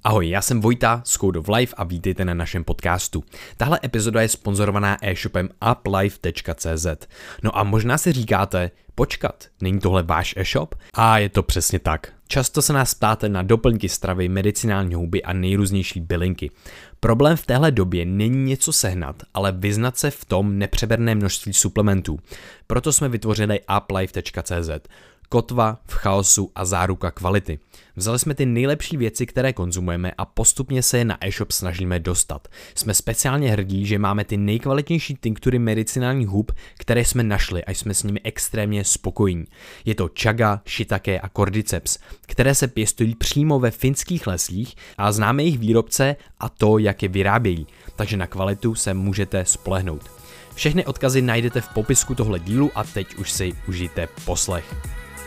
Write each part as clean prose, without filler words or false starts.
Ahoj, já jsem Vojta z Code of Life a vítejte na našem podcastu. Tahle epizoda je sponzorovaná e-shopem uplife.cz. No a možná si říkáte, počkat, není tohle váš e-shop? A je to přesně tak. Často se nás ptáte na doplňky stravy, medicinální houby a nejrůznější bylinky. Problém v téhle době není něco sehnat, ale vyznat se v tom nepřeberné množství suplementů. Proto jsme vytvořili uplife.cz. Kotva v chaosu a záruka kvality. Vzali jsme ty nejlepší věci, které konzumujeme a postupně se je na e-shop snažíme dostat. Jsme speciálně hrdí, že máme ty nejkvalitnější tinktury medicinálních hub, které jsme našli a jsme s nimi extrémně spokojení. Je to chaga, shiitake a cordyceps, které se pěstují přímo ve finských lesích a známe jejich výrobce a to, jak je vyrábějí, takže na kvalitu se můžete spolehnout. Všechny odkazy najdete v popisku tohle dílu a teď už si užijte poslech.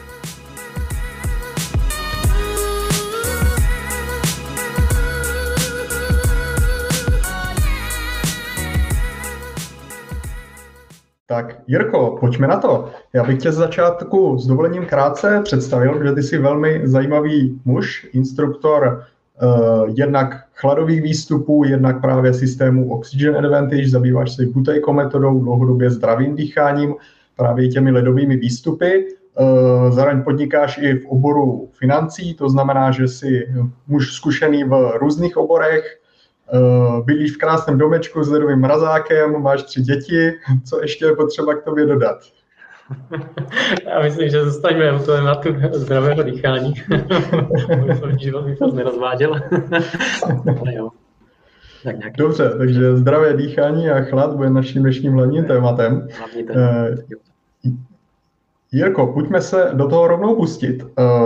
Tak Jirko, pojďme na to. Já bych tě z začátku s dovolením krátce představil, že ty jsi velmi zajímavý muž, instruktor jednak chladových výstupů, jednak právě systému Oxygen Advantage, zabýváš se Buteyko metodou, dlouhodobě zdravým dýcháním, právě těmi ledovými výstupy. Zároveň podnikáš i v oboru financí, to znamená, že jsi muž zkušený v různých oborech, bydlíš v krásném domečku s ledovým mrazákem, máš 3 děti. Co ještě je potřeba k tobě dodat? Já myslím, že zůstaňme u tématu zdravého dýchání. Můj život bych to nerozváděl. Ale jo. Tak dobře, takže zdravé dýchání a chlad bude naším dnešním hlavním tématem. Jirko, pojďme se do toho rovnou pustit.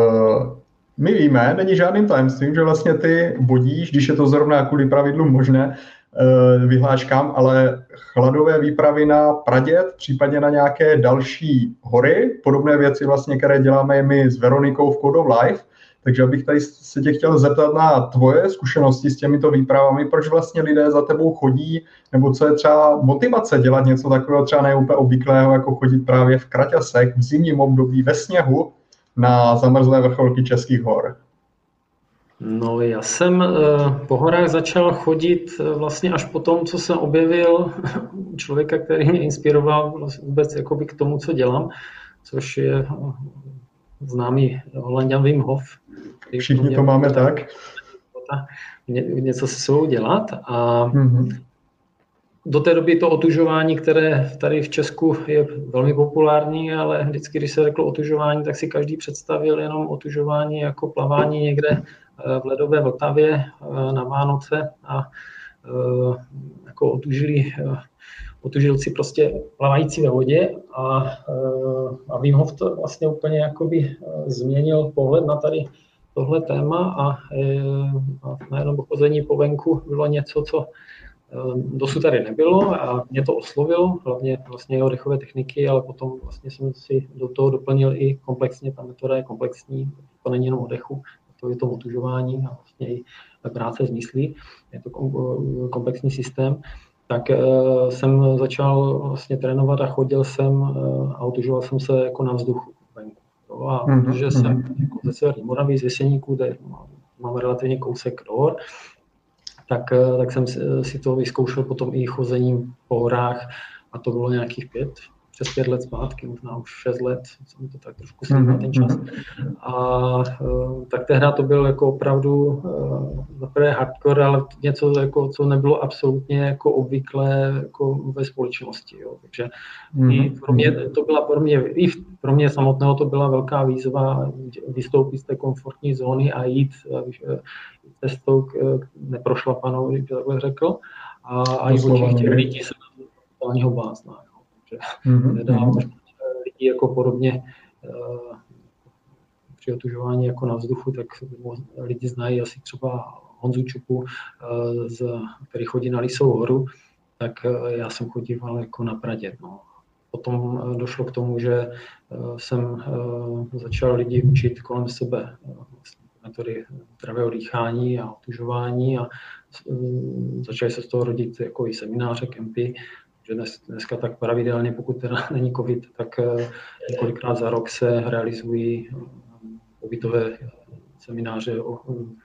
My víme, není žádným tajemstvím, že vlastně ty vodíš, když je to zrovna kvůli pravidlům možné, vyhláškám, ale chladové výpravy na Praděd, případně na nějaké další hory, podobné věci vlastně, které děláme my s Veronikou v Code of Life. Takže abych tady se tě chtěl zeptat na tvoje zkušenosti s těmito výpravami, proč vlastně lidé za tebou chodí, nebo co je třeba motivace dělat něco takového třeba neúplně obvyklého, jako chodit právě v kraťasech v zimním období ve sněhu na zamrzlé vrcholky českých hor? No, já jsem po horách začal chodit vlastně až po tom, co jsem objevil člověka, který mě inspiroval vůbec jakoby k tomu, co dělám, což je známý Holanďan Wim Hof. Všichni to máme tak. Něco se sebou dělat a do té doby to otužování, které tady v Česku je velmi populární, ale vždycky, když se řeklo otužování, tak si každý představil jenom otužování jako plavání někde v ledové Vltavě na Vánoce a jako otužilci prostě plavající ve vodě a Wim Hof to vlastně úplně jakoby změnil pohled na tady tohle téma a najednou pochození po venku bylo něco, co dosud tady nebylo a mě to oslovilo, hlavně vlastně jeho dechové techniky, ale potom vlastně jsem si do toho doplnil i komplexně, ta metoda je komplexní, to není jenom o dechu, to je to otužování a vlastně i práce s myslí, je to komplexní systém. Tak jsem začal vlastně trénovat a chodil jsem a otužoval jsem se jako na vzduchu venku. A protože jsem jako ze Severní Moravy, z Jeseníků, kde máme relativně kousek do hor, tak jsem si to vyzkoušel potom i chozením po horách a to bylo nějakých přes 5 let zpátky, možná už 6 let, jsem to tak trošku sledoval ten čas. A tak tehdy to byl jako opravdu zaprvé hardcore, ale něco, jako, co nebylo absolutně jako obvyklé jako ve společnosti. Jo. Takže i pro mě samotného to byla velká výzva vystoupit z té komfortní zóny a jít cestou neprošlapanou, bych takhle řekl. A i v očích těch lidí se totálního blázna. Nedávám lidi jako podobně při otužování jako na vzduchu, tak lidi znají asi třeba Honzu Čupu, který chodí na Lisou horu, tak já jsem chodíval jako na Praděd. No. Potom došlo k tomu, že jsem začal lidi učit kolem sebe metody zdravého dýchání a otužování a začaly se z toho rodit jako i semináře, kempy, že dneska tak pravidelně, pokud teda není covid, tak několikrát za rok se realizují pobytové semináře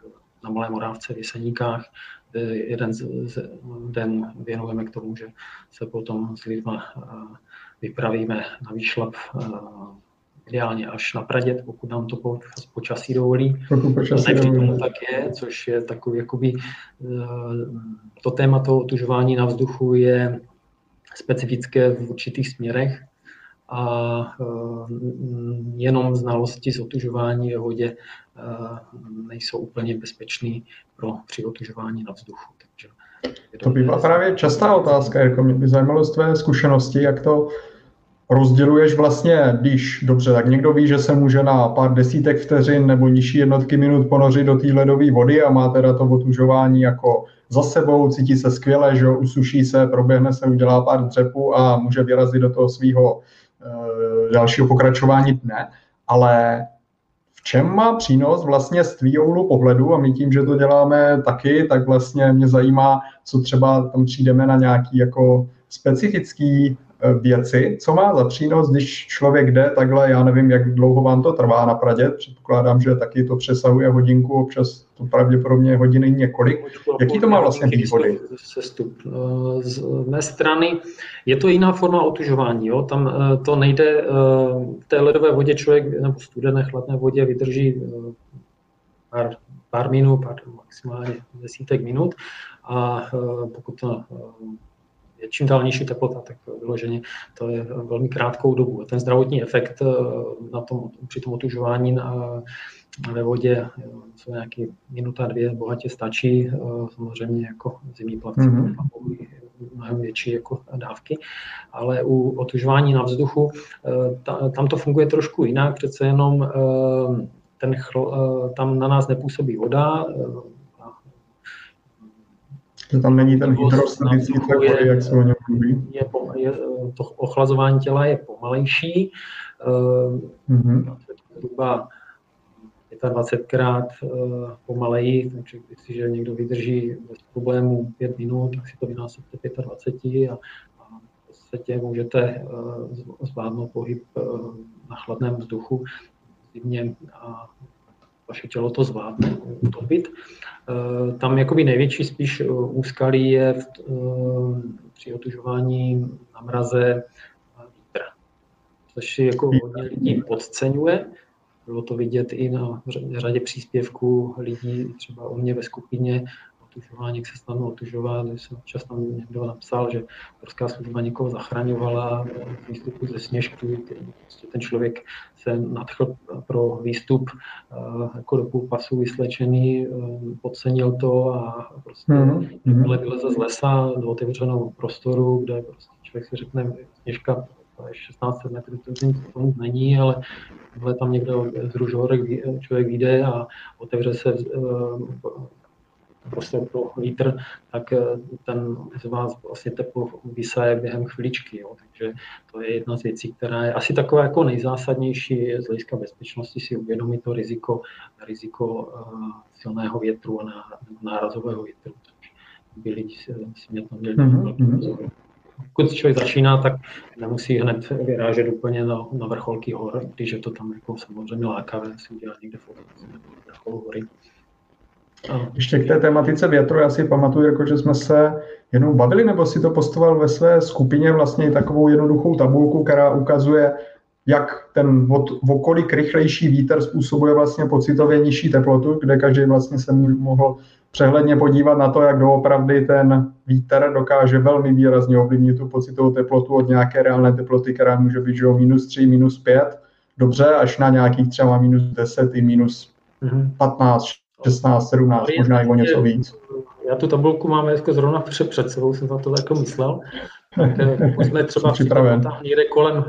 na Malé Moravce v Jeseníkách. Jeden den věnujeme k tomu, že se potom s lidma vypravíme na výšlap ideálně až na Praděd, pokud nám to počasí dovolí. Nevždy tomu tak je, což je takový, jakoby, to téma toho otužování na vzduchu je specifické v určitých směrech a jenom znalosti z otužování ve vodě nejsou úplně bezpečný při otužování na vzduchu. Takže to bývá právě častá otázka, jako mě by zajímalo z tvé zkušenosti, jak to rozděluješ vlastně, když dobře, tak někdo ví, že se může na pár desítek vteřin nebo nižší jednotky minut ponořit do té ledové vody a má teda to otužování jako za sebou, cítí se skvěle, že usuší se, proběhne se, udělá pár dřepů a může vyrazit do toho svého dalšího pokračování dne, ale v čem má přínos vlastně z tvýho úhlu pohledu, a my tím, že to děláme taky, tak vlastně mě zajímá, co třeba tam přijdeme na nějaký jako specifický věci, co má za přínos, když člověk jde takhle, já nevím, jak dlouho vám to trvá na Praděd, předpokládám, že taky to přesahuje hodinku, občas to pravděpodobně hodiny několik. Jaký to má vlastně výhody? Sestup. Z mé strany je to jiná forma otužování. Jo? Tam to nejde, v té ledové vodě člověk, nebo studené, chladné vodě vydrží pár minut, maximálně desítek minut a pokud to je čím dál nižší teplota, tak vyloženě to je velmi krátkou dobu. Ten zdravotní efekt při tom otužování ve vodě jsou nějaký minuta, dvě, bohatě stačí. Samozřejmě jako zimní plavci mnohem větší jako dávky, ale u otužování na vzduchu tam to funguje trošku jinak, přece jenom tam na nás nepůsobí voda, že tam není ten hydrostatický tlak vody, jak se o něm mluví. To ochlazování těla je pomalejší, zhruba 25krát pomaleji, takže když někdo vydrží bez problémů 5 minut, tak si to vynásobte 25 a v podstatě můžete zvládnout pohyb na chladném vzduchu zimně a vaše tělo to zvládne utopit. Tam jakoby největší spíš úskalí je při otužování na mraze vítr, což jako hodně lidí podceňuje. Bylo to vidět i na řadě příspěvků lidí, třeba u mě ve skupině otužování, jak se snadno otužovat, když jsem čas tam někdo napsal, že horská služba někoho zachraňovala v výstupu ze sněžky, prostě ten člověk se nadchl pro výstup jako do půl pasu vyslečený, podcenil to a prostě vyleze z lesa do otevřeného prostoru, kde prostě člověk si řekne, sněžka to je 16 metrů, to nic není, ale tam někde z Ružhorek člověk vyjde a otevře se prostě pro vítr, tak ten z vás vlastně teplo vysaje během chviličky. Jo. Takže to je jedna z věcí, která je asi taková jako nejzásadnější z hlediska bezpečnosti, si uvědomit to riziko silného větru a nárazového větru. Takže by lidi si mě tam měli velký pozor. Pokud člověk začíná, tak nemusí hned vyrážet úplně na vrcholky hor, když je to tam jako samozřejmě lákavé si udělat někde v vrcholu hory. Ještě k té tematice větru, já si pamatuju, jako, že jsme se jenom bavili, nebo si to postoval ve své skupině vlastně takovou jednoduchou tabulku, která ukazuje, jak ten o kolik rychlejší vítr způsobuje vlastně pocitově nižší teplotu, kde každý vlastně se mohl přehledně podívat na to, jak doopravdy ten vítr dokáže velmi výrazně ovlivnit tu pocitovou teplotu od nějaké reálné teploty, která může být -3, -5, dobře, až na nějakých třeba -10 i -15, 16, 17, možná i o něco víc. Já tu tabulku mám zrovna před sebou, jsem na to jako myslel. Tak pokud jsme třeba někde kolem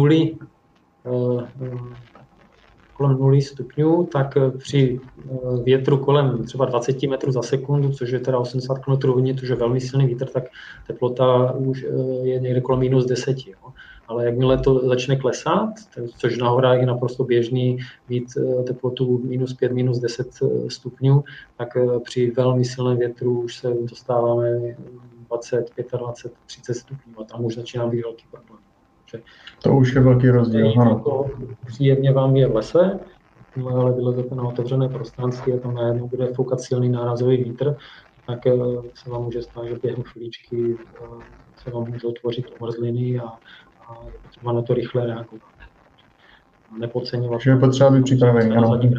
0 stupňů, tak při větru kolem třeba 20 metrů za sekundu, což je teda 80 km/h, což je velmi silný vítr, tak teplota už je někde kolem -10. Jo. Ale jakmile to začne klesat, což na horách je naprosto běžný mít teplotu -5, -10 stupňů, tak při velmi silném větru už se dostáváme 20, 25, 30 stupňů a tam už začíná být velký problém. To už je velký rozdíl. Příjemně vám je v lese, ale vylezete na otevřené prostranství a tam najednou bude foukat silný nárazový vítr, tak se vám může stát, že během chvíličky se vám může otvořit omrzliny a je potřeba na to rychle reagovat. Nepodceňovat. Takže je potřeba být připravený.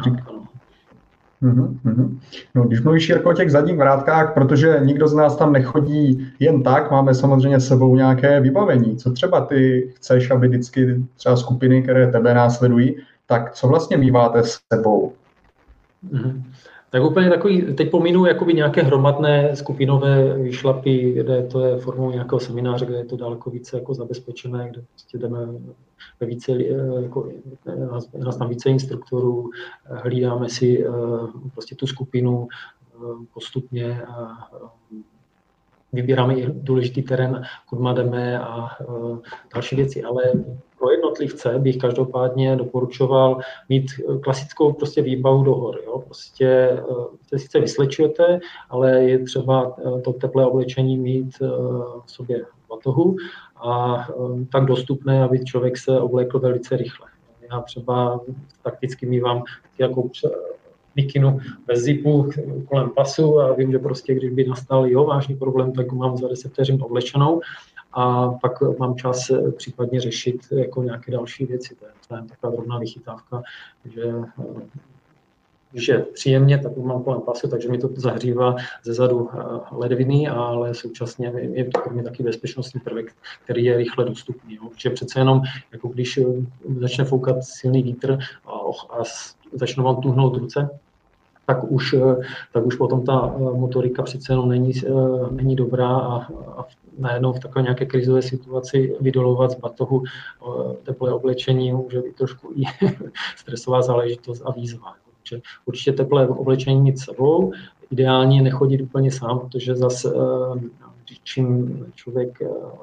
No, když mluvíš, Jirko, o těch zadních vrátkách, protože nikdo z nás tam nechodí jen tak, máme samozřejmě s sebou nějaké vybavení. Co třeba ty chceš, aby vždycky třeba skupiny, které tebe následují, tak co vlastně míváte s sebou? Tak úplně takový, teď pomínu jakoby nějaké hromadné skupinové výšlapy, kde to je formou nějakého semináře, kde je to daleko více jako zabezpečené, kde prostě jdeme ve více, jako, nás tam více instruktorů, hlídáme si prostě tu skupinu postupně a vybíráme i důležitý terén, kudy jdeme a další věci, ale pro jednotlivce bych každopádně doporučoval mít klasickou prostě výbavu do hor. Jo? Prostě se sice vyslečujete, ale je třeba to teplé oblečení mít v sobě v batohu a tak dostupné, aby člověk se oblékl velice rychle. Já třeba takticky mívám jako mikinu bez zipu kolem pasu a vím, že prostě, když by nastal vážný problém, tak mám za 10 vteřin oblečenou a pak mám čas případně řešit jako nějaké další věci. To je taková drobná vychytávka, že když je příjemně, tak mám kolem pasu, takže mi to zahřívá zezadu ledviny, ale současně je to pro mě taky bezpečnostní prvek, který je rychle dostupný. Jo. Protože přece jenom, jako když začne foukat silný vítr a začnou vám tuhnout ruce, tak už potom ta motorika přece jenom není dobrá a najednou v takové nějaké krizové situaci vydolovat z batohu teplé oblečení může být trošku i stresová záležitost a výzva. Určitě teplé oblečení mít s sebou, ideálně nechodit úplně sám, protože zase čím člověk,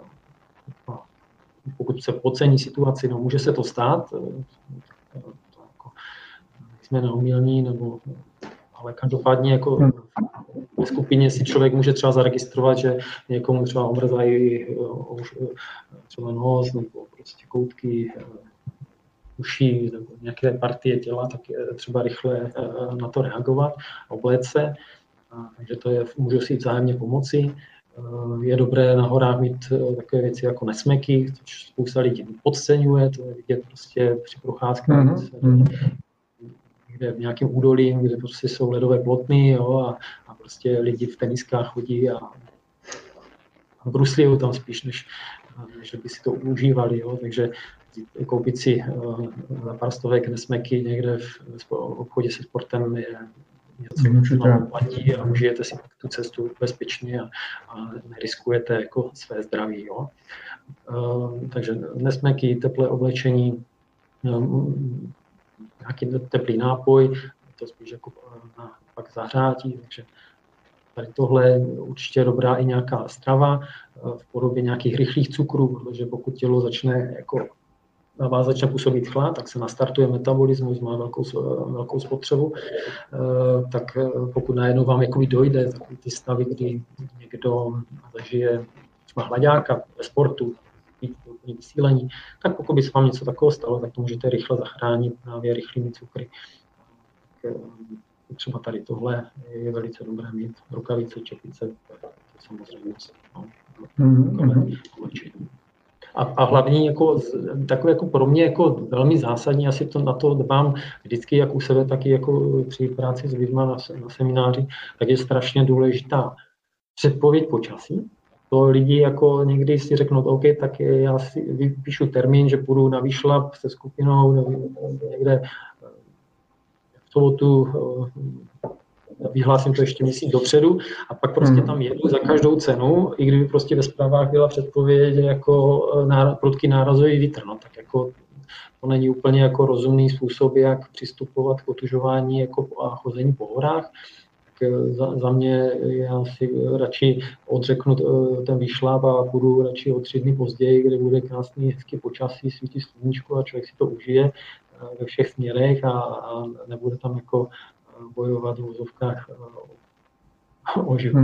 pokud se podcení situaci, no může se to stát, jsme neomylní, ale každopádně jako ve skupině si člověk může třeba zaregistrovat, že někomu třeba omrzají třeba nos nebo prostě koutky uší nebo nějaké partie těla, tak je třeba rychle na to reagovat, obléct se. Takže to můžu si vzájemně pomoci. Je dobré na horách mít takové věci jako nesmeky, což spousta lidí podceňuje, to je vidět prostě při procházkách. Někde v nějakém údolí, kde prostě jsou ledové plotny, jo, a prostě lidi v teniskách chodí a bruslijí tam spíš, než by si to užívali. Jo. Takže koupit si za pár stovek nesmeky někde v obchodě se sportem je něco, co vám platí a užijete si tu cestu bezpečně a neriskujete jako své zdraví. Jo. Takže nesmeky, teplé oblečení, nějaký teplý nápoj, to spíš jako na pak zahřátí, takže tady tohle určitě dobrá i nějaká strava v podobě nějakých rychlých cukrů, protože pokud tělo na vás začne působit chlad, tak se nastartuje metabolismus, má velkou spotřebu, tak pokud najednou vám jakoby dojde ty stavy, kdy někdo zažije třeba hlaďáka ve sportu, vysílení, tak pokud by se vám něco takového stalo, tak to můžete rychle zachránit právě rychlými cukry. Tak třeba tady tohle je velice dobré mít. Rukavice, čepice, to je samozřejmě. A hlavní, takové jako pro mě jako velmi zásadní, asi na to dbám vždycky jak u sebe, tak i jako při práci s lidmi na semináři, tak je strašně důležitá předpověď počasí. To lidi jako někdy si řeknou, OK, tak já si vypíšu termín, že půjdu na výšlap se skupinou někde v sobotu, vyhlásím to ještě měsíc dopředu a pak prostě tam jedu za každou cenu, i kdyby prostě ve zprávách byla předpověď jako prudký nárazový vítr, no, tak jako to není úplně jako rozumný způsob, jak přistupovat k otužování jako a chození po horách. Za mě já si radši odřeknu ten výšlap a půjdu radši o 3 dny později, kde bude krásný, hezký počasí, svítí sluníčko a člověk si to užije ve všech směrech a nebude tam jako bojovat v vozovkách o život.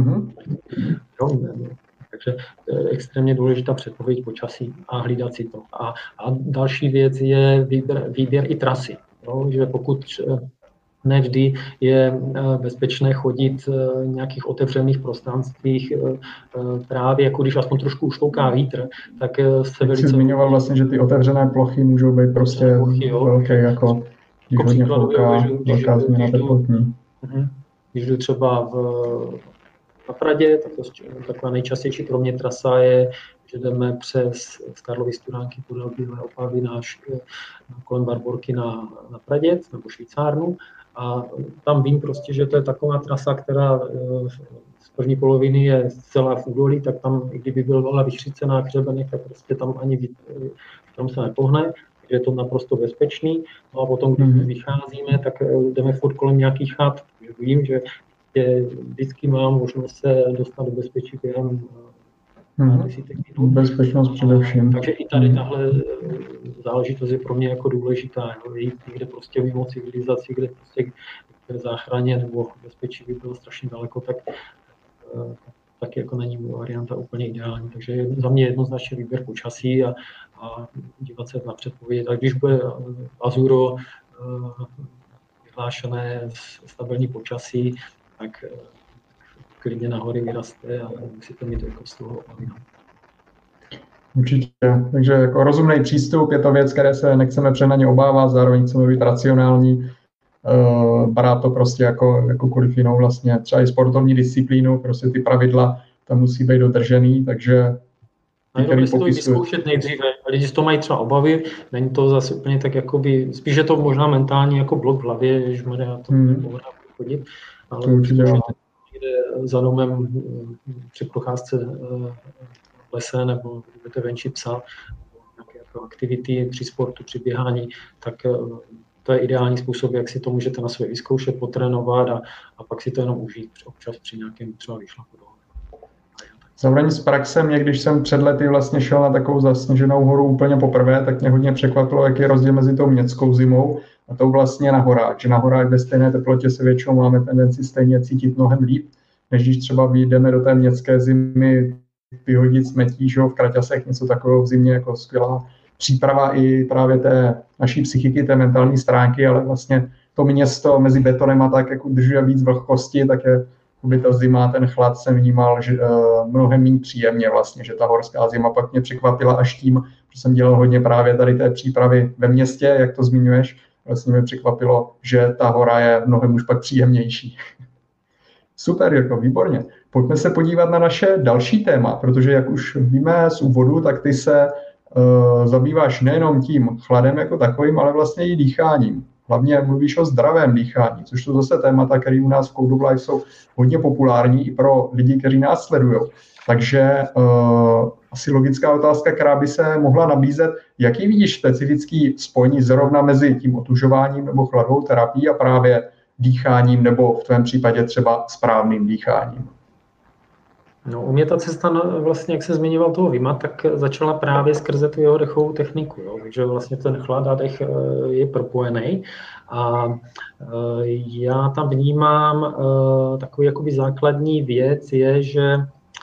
Takže to je extrémně důležitá předpověď počasí a hlídat si to. A další věc je výběr i trasy. že pokud nevždy je bezpečné chodit v nějakých otevřených prostranstvích, právě jako když aspoň trošku ušlouká vítr, tak se velice... Jsi zmiňoval vlastně, že ty otevřené plochy můžou být prostě velké, jako když hodně fouká, velká změna teplotní. Když jdu třeba na Pradě, tak taková nejčastější pro mě trasa je, že jdeme přes Karlovy Studánky podél Bílé Opavy kolem Barborky na Praděc nebo Švýcárnu. A tam vím prostě, že to je taková trasa, která z první poloviny je zcela v údolí, tak tam, i kdyby byla vyšřícená hřebenek, tak prostě tam ani tam se nepohne, takže je to naprosto bezpečný. No a potom, když vycházíme, tak jdeme furt kolem nějakých chat. Vím, že vždycky mám možnost se dostat do bezpečí během bezpečnost především. Takže i tady tahle záležitost je pro mě jako důležitá. Jít někde prostě mimo civilizaci, kde prostě k záchraně nebo bezpečí by bylo strašně daleko, tak jako není varianta úplně ideální. Takže je za mě jednoznačně výběr počasí a dívat se na předpověď. Tak když bude Azuro vyhlášené stabilní počasí, tak klidně na hory vyraste a musíte mít jako z toho obavy. Určitě. Takže jako rozumný přístup je to věc, které se nechceme přehnaně obávat, zároveň chceme být racionální. Brát to prostě jako jakoukoliv jinou vlastně, třeba i sportovní disciplínu, prostě ty pravidla tam musí být dodržený, takže když to vyzkoušet nejdříve, lidi z toho mají třeba obavy, není to zase úplně tak jakoby, spíš je to možná mentální jako blok v hlavě, že já to nemohu chodit, ale někde za domem při procházce v lese nebo budete venčit psa, nějaké jako aktivity při sportu, při běhání, tak to je ideální způsob, jak si to můžete na sobě vyzkoušet, potrénovat a pak si to jenom užít občas při nějakém třeba výšlaku. Zároveň z praxe mě, když jsem před lety vlastně šel na takovou zasněženou horu úplně poprvé, tak mě hodně překvapilo, jaký je rozdíl mezi tou městskou zimou a tou vlastně na horách. Že na horách ve stejné teplotě se většinou máme tendenci stejně cítit mnohem líp, než když třeba vyjdeme do té městské zimy, vyhodit smetí, že v kraťasech, něco takového v zimě, jako skvělá příprava i právě té naší psychiky, té mentální stránky, ale vlastně to město mezi betonem a tak, jak udržuje víc vlhkosti, tak je by ta zima, ten chlad jsem vnímal že, mnohem méně příjemně vlastně, že ta horská zima pak mě překvapila až tím, že jsem dělal hodně právě tady té přípravy ve městě, jak to zmiňuješ, vlastně mě překvapilo, že ta hora je mnohem už pak příjemnější. Super, Jirko, výborně. Pojďme se podívat na naše další téma, protože jak už víme z úvodu, tak ty se zabýváš nejenom tím chladem jako takovým, ale vlastně i dýcháním. Hlavně mluvíš o zdravém dýchání, což jsou zase témata, které u nás v Code of Life jsou hodně populární i pro lidi, kteří nás sledují. Takže asi logická otázka, která by se mohla nabízet, jaký vidíš specifický spojení zrovna mezi tím otužováním nebo chladovou terapií a právě dýcháním nebo v tvém případě třeba správným dýcháním? No, u mě ta cesta, vlastně, jak se zmiňoval toho Wima, tak začala právě skrze tu jeho dechovou techniku, jo? Takže vlastně ten chlad a dech je propojený a já tam vnímám takový jakoby základní věc je, že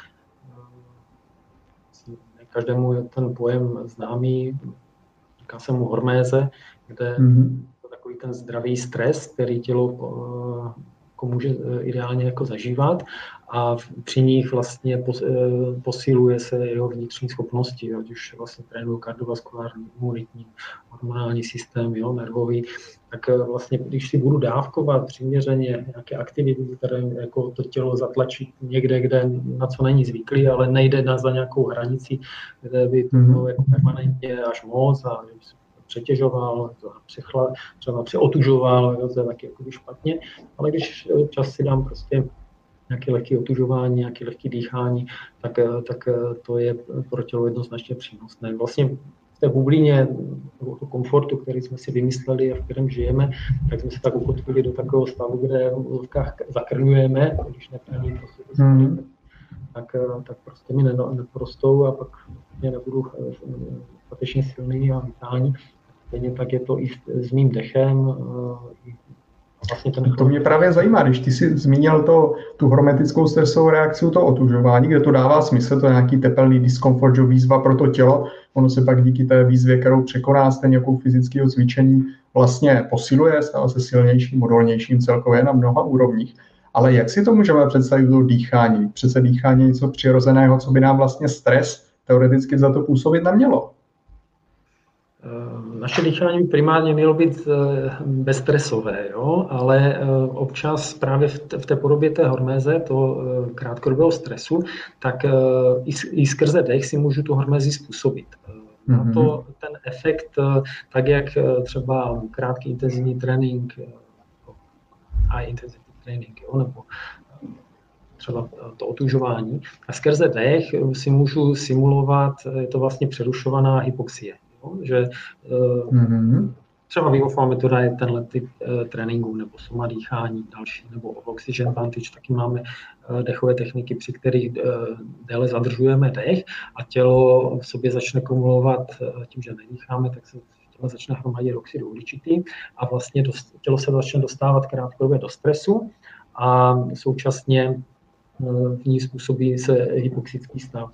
každému je ten pojem známý, říká se mu horméze, kde takový ten zdravý stres, který tělo může ideálně jako zažívat a při nich vlastně posiluje se jeho vnitřní schopnosti, ať už vlastně trénuje kardiovaskulární, imunitní, hormonální systém, jo, nervový, tak vlastně když si budu dávkovat přiměřeně nějaké aktivity, které jako to tělo zatlačí někde, kde na co není zvyklý, ale nejde za nějakou hranici, kde by to bylo jako permanentně až moc a přetěžoval, třeba přeotužoval, to je taky jako špatně, ale když čas si dám prostě nějaké lehké otužování, nějaké lehké dýchání, tak to je pro tělo jednoznačně přínosné. Vlastně v té bublině toho komfortu, který jsme si vymysleli a v kterém žijeme, tak jsme se tak ukotvili do takového stavu, kde v úzovkách zakrňujeme, když netrénuji tak prostě mi neporostou a pak mě nebudu dostatečně silný a vitální. Stejně tak je to i s mým dechem. Vlastně to mě právě zajímá, když ty jsi zmínil tu hormetickou stresovou reakci, to otužování, kde to dává smysl, to je nějaký tepelný diskomfort, že výzva pro to tělo, ono se pak díky té výzvě, kterou překoná stejně jako fyzického cvičení, vlastně posiluje, stává se silnějším, odolnějším celkově na mnoha úrovních. Ale jak si to můžeme představit do dýchání? Přece dýchání je něco přirozeného, co by nám vlastně stres teoreticky za to působit nemělo. Naše dýchání by primárně mělo být bezstresové, jo? Ale občas právě v té podobě té horméze, toho krátkodobého stresu, tak i skrze dech si můžu tu hormézi způsobit. Na to ten efekt, tak jak třeba krátký intenzivní trénink, high intensity trénink, jo? Nebo třeba to otužování. A skrze dech si můžu simulovat, je to vlastně přerušovaná hypoxie. Že třeba Wim Hofova metoda je tenhle typ tréninku, nebo soma dýchání další, nebo oxygen vantage, taky máme dechové techniky, při kterých déle zadržujeme dech a tělo v sobě začne kumulovat, tím, že nedýcháme, tak se tělo začne hromadit oxid uhličitý a vlastně tělo se začne dostávat krátkodobě do stresu a současně v ní způsobí se hypoxický stav.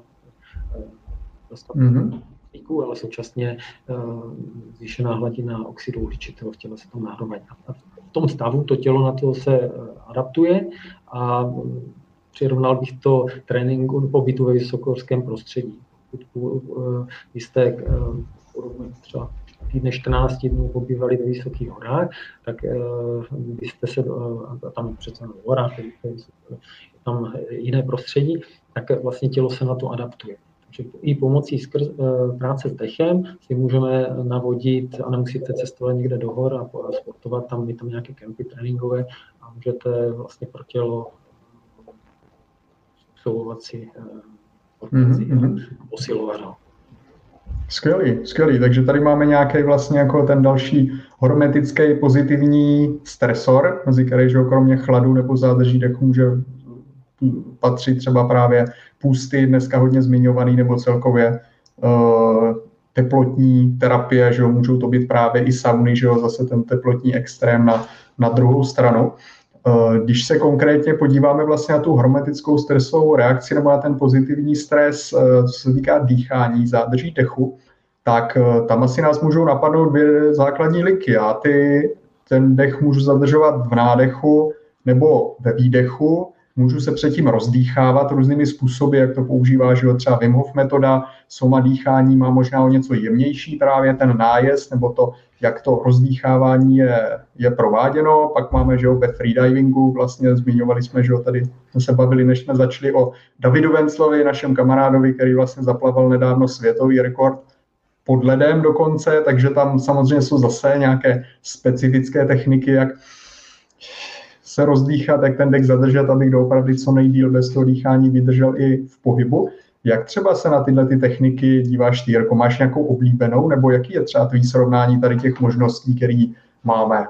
Ale současně zvýšená hladina oxidu uhličitého v těle se tam nahromadí. A v tom stavu to tělo na to se adaptuje a přirovnal bych to tréninku pobytu ve vysokohorském prostředí. Pokud jste třeba týdne 14 dnů pobývali ve vysokých horách, tak byste se, tam přece na horách, tam jiné prostředí, tak vlastně tělo se na to adaptuje. Takže i pomocí práce s dechem si můžeme navodit a nemusíte cestovat někde do hor a sportovat, tam mít tam nějaké kempy tréninkové a můžete vlastně pro tělo absolvovat si posilovat. Skvělý. Takže tady máme nějaký vlastně jako ten další hormetický pozitivní stresor, mezi který, že kromě chladu nebo zádrží dechu může patří třeba právě půsty, dneska hodně zmiňovaný, nebo celkově teplotní terapie, že jo, můžou to být právě i sauny, že jo, zase ten teplotní extrém na druhou stranu. Když se konkrétně podíváme vlastně na tu hormetickou stresovou reakci nebo na ten pozitivní stres, co se týká dýchání, zádrží dechu, tak tam asi nás můžou napadnout dvě základní linky. Já ten dech můžu zadržovat v nádechu nebo ve výdechu, můžu se předtím rozdýchávat různými způsoby, jak to používá, že třeba Wim Hof metoda, soma dýchání má možná o něco jemnější právě ten nájezd, nebo to, jak to rozdýchávání je prováděno. Pak máme, že ve freedivingu, vlastně zmiňovali jsme, že tady jsme se bavili, než jsme začali, o Davidu Venclovi, našem kamarádovi, který vlastně zaplaval nedávno světový rekord pod ledem dokonce, takže tam samozřejmě jsou zase nějaké specifické techniky, jak se rozdýchat, jak ten dech zadržet, abych doopravdy co nejdýl bez toho dýchání vydržel i v pohybu. Jak třeba se na tyhle ty techniky díváš ty, Jirko? Máš nějakou oblíbenou, nebo jaký je třeba tvý srovnání tady těch možností, které máme?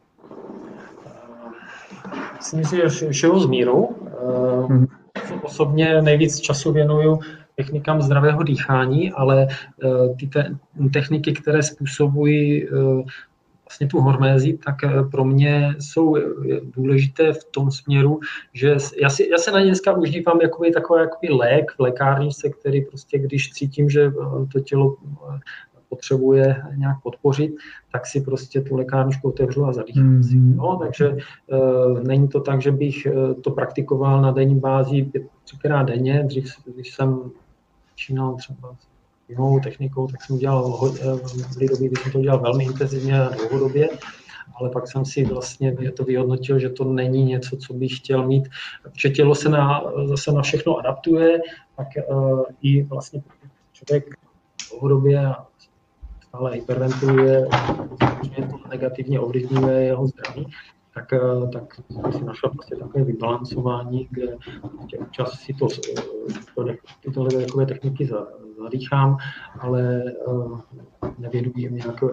Myslím si, že všeho s mírou. Osobně nejvíc času věnuju technikám zdravého dýchání, ale ty techniky, které způsobují vlastně tu hormézi, tak pro mě jsou důležité v tom směru, že já se na ně dneska užívám jako takový lék v lékárničce, který prostě, když cítím, že to tělo potřebuje nějak podpořit, tak si prostě tu lékárničku otevřu a zadýchám si. No, takže není to tak, že bych to praktikoval na denní bázi 3krát denně. Dřív, když jsem začínal třeba jinou technikou, tak jsem dělal v lidově, když jsem to dělal velmi intenzivně a dlouhodobě, ale pak jsem si vlastně to vyhodnotil, že to není něco, co bych chtěl mít, že tělo se zase na všechno adaptuje, tak i vlastně člověk dlouhodobě a stále hyperventiluje, že to negativně ovlivňuje jeho zdraví, tak si našel prostě takové vybalancování, kde občas si tyto takové techniky zadýchám, ale nevěnuji jim nějakého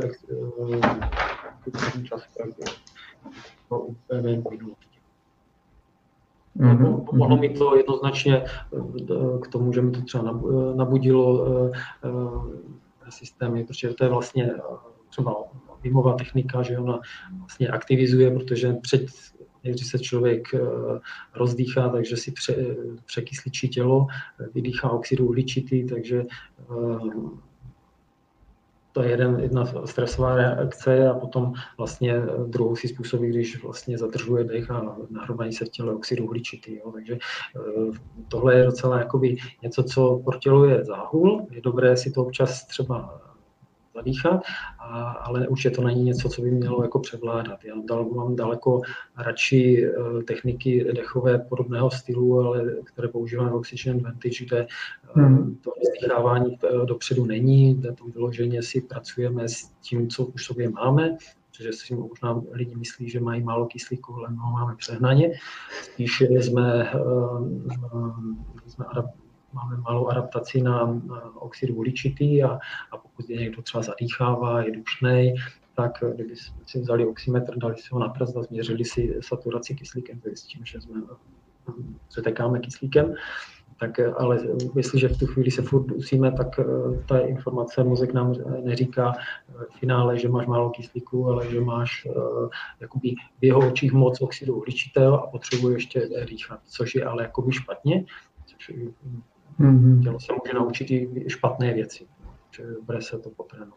času, to úplně minulosti. Pomohlo mi to jednoznačně k tomu, že mi to třeba nabudilo systémy, protože to je vlastně třeba Wimova technika, že ona vlastně aktivizuje, protože když se člověk rozdýchá, takže si překysličí tělo, vydýchá oxid uhličitý, takže to je jedna stresová reakce a potom vlastně druhou si způsobí, když vlastně zadržuje dech a nahromadí se v těle oxid uhličitý. Jo. Takže tohle je docela jakoby něco, co pro tělo je záhul. Je dobré si to občas třeba zadýchat, ale určitě to není něco, co by mělo jako převládat. Já mám daleko radši techniky dechové podobného stylu, ale které používáme v Oxygen Advantage, kde to rozdýchávání dopředu není, kde to vyloženě si pracujeme s tím, co už sobě máme, protože si možná lidi myslí, že mají málo kyslíku, ale mnoho máme přehnaně. Spíš máme malou adaptaci na oxid uhličitý a pokud je někdo třeba zadýchává, je dušnej, tak kdyby si vzali oximetr, dali si ho na prst a změřili si saturaci kyslíkem, s tím, že přetekáme kyslíkem, tak ale jestliže v tu chvíli se furt dusíme, tak ta informace mozek nám neříká v finále, že máš málo kyslíku, ale že máš jakoby v jeho očích moc oxidu uhličitého a potřebuje ještě dýchat, což je ale jakoby špatně. Tělo se může naučit i špatné věci, že bude se to potrénovat.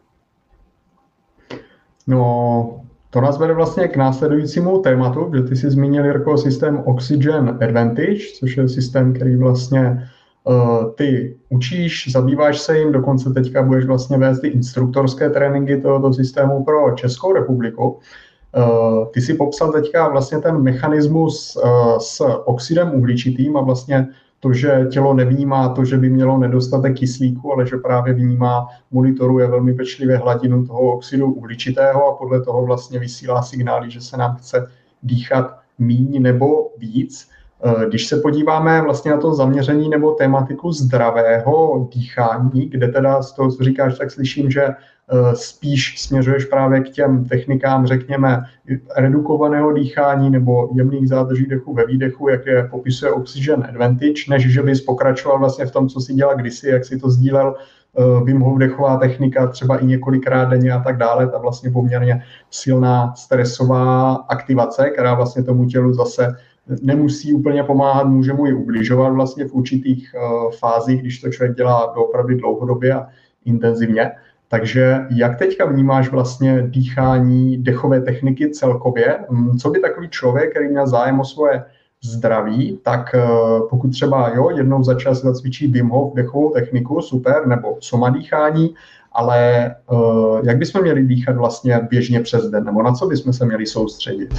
No, to nás vede vlastně k následujícímu tématu, že ty jsi zmínil, Jirko, systém Oxygen Advantage, což je systém, který vlastně ty učíš, zabýváš se jim, dokonce teďka budeš vlastně vést ty instruktorské tréninky tohoto systému pro Českou republiku. Ty jsi popsal teďka vlastně ten mechanismus s oxidem uhličitým a vlastně to, že tělo nevnímá to, že by mělo nedostatek kyslíku, ale že právě vnímá, monitoruje velmi pečlivě hladinu toho oxidu uhličitého a podle toho vlastně vysílá signály, že se nám chce dýchat míň nebo víc. Když se podíváme vlastně na to zaměření nebo tématiku zdravého dýchání, kde teda z toho, co říkáš, tak slyším, že spíš směřuješ právě k těm technikám, řekněme, redukovaného dýchání nebo jemných zádrží dechu ve výdechu, jak je popisuje Oxygen Advantage, než že bys pokračoval vlastně v tom, co si dělal kdysi, jak si to sdílel, Wim Hof dechová technika, třeba i několikrát denně a tak dále, ta vlastně poměrně silná stresová aktivace, která vlastně tomu tělu zase nemusí úplně pomáhat, může mu i ubližovat vlastně v určitých fázích, když to člověk dělá doopravdy dlouhodobě a intenzivně. Takže jak teďka vnímáš vlastně dýchání, dechové techniky celkově? Co by takový člověk, který měl zájem o svoje zdraví, tak pokud třeba jednou za čas zacvičí Wim Hof dechovou techniku, super, nebo soma dýchání, ale jak bychom měli dýchat vlastně běžně přes den, nebo na co bychom se měli soustředit?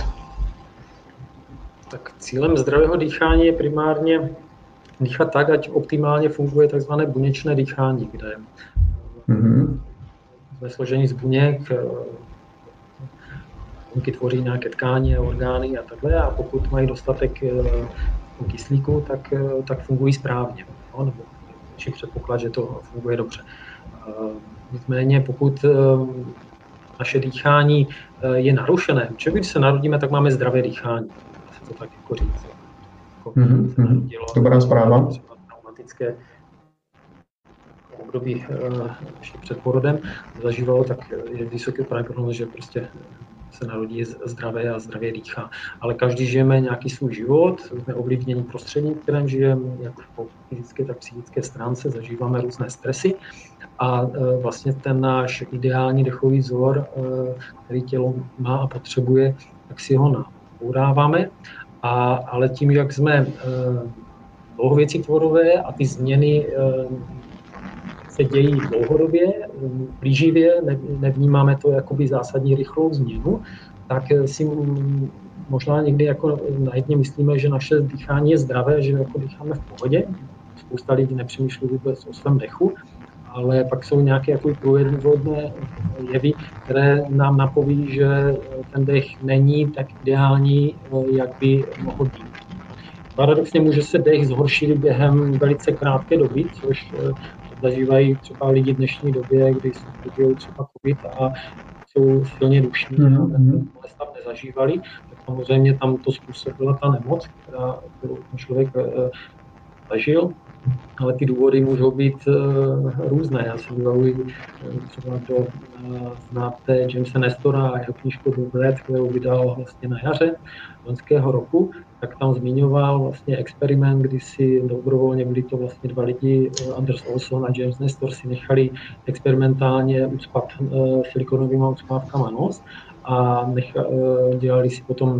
Tak cílem zdravého dýchání je primárně dýchat tak, ať optimálně funguje tzv. Buněčné dýchání, kde jsme složeni z buněk, buňky tvoří nějaké tkáně, orgány a takhle, a pokud mají dostatek kyslíku, tak fungují správně. Nebo je předpoklad, že to funguje dobře. Nicméně pokud naše dýchání je narušené, když se narodíme, tak máme zdravé dýchání. To tak jako říct. Dobrá zpráva. Traumatické období ještě před porodem zažívalo, tak je vysoký pravděpodobnost, že prostě se narodí zdravé a zdravě dýchá. Ale každý žijeme nějaký svůj život, jsme ovlivněni prostředím, v kterém žijeme, jak po fyzické, tak psychické stránce, zažíváme různé stresy a vlastně ten náš ideální dechový vzor, který tělo má a potřebuje, tak si ho nabouráváme, ale tím, jak jsme dlouhověcí tvorové a ty změny se dějí dlouhodobě, plíživě, nevnímáme to jakoby zásadní rychlou změnu, tak si možná někdy jako najedně myslíme, že naše dýchání je zdravé, že jako dýcháme v pohodě. Spousta lidí nepřemýšlí vůbec o svém dechu, ale pak jsou nějaké jako průvodné jevy, které nám napoví, že ten dech není tak ideální, jak by mohl být. Paradoxně může se dech zhoršit během velice krátké doby, což zažívají třeba lidi v dnešní době, kdy studují třeba COVID a jsou silně dušní a ten stav nezažívali, tak samozřejmě tam to způsobila ta nemoc, kterou ten člověk zažil. ale ty důvody můžou být různé. Já si vybavuji třeba znáte Jamese Nestora a jeho knížku Bublet, kterou vydal vlastně na jaře loňského roku, tak tam zmiňoval vlastně experiment, kdy si dobrovolně, byli to vlastně dva lidi, Anders Olson a James Nestor, si nechali experimentálně ucpat silikonovými ucpávkama nos a dělali si potom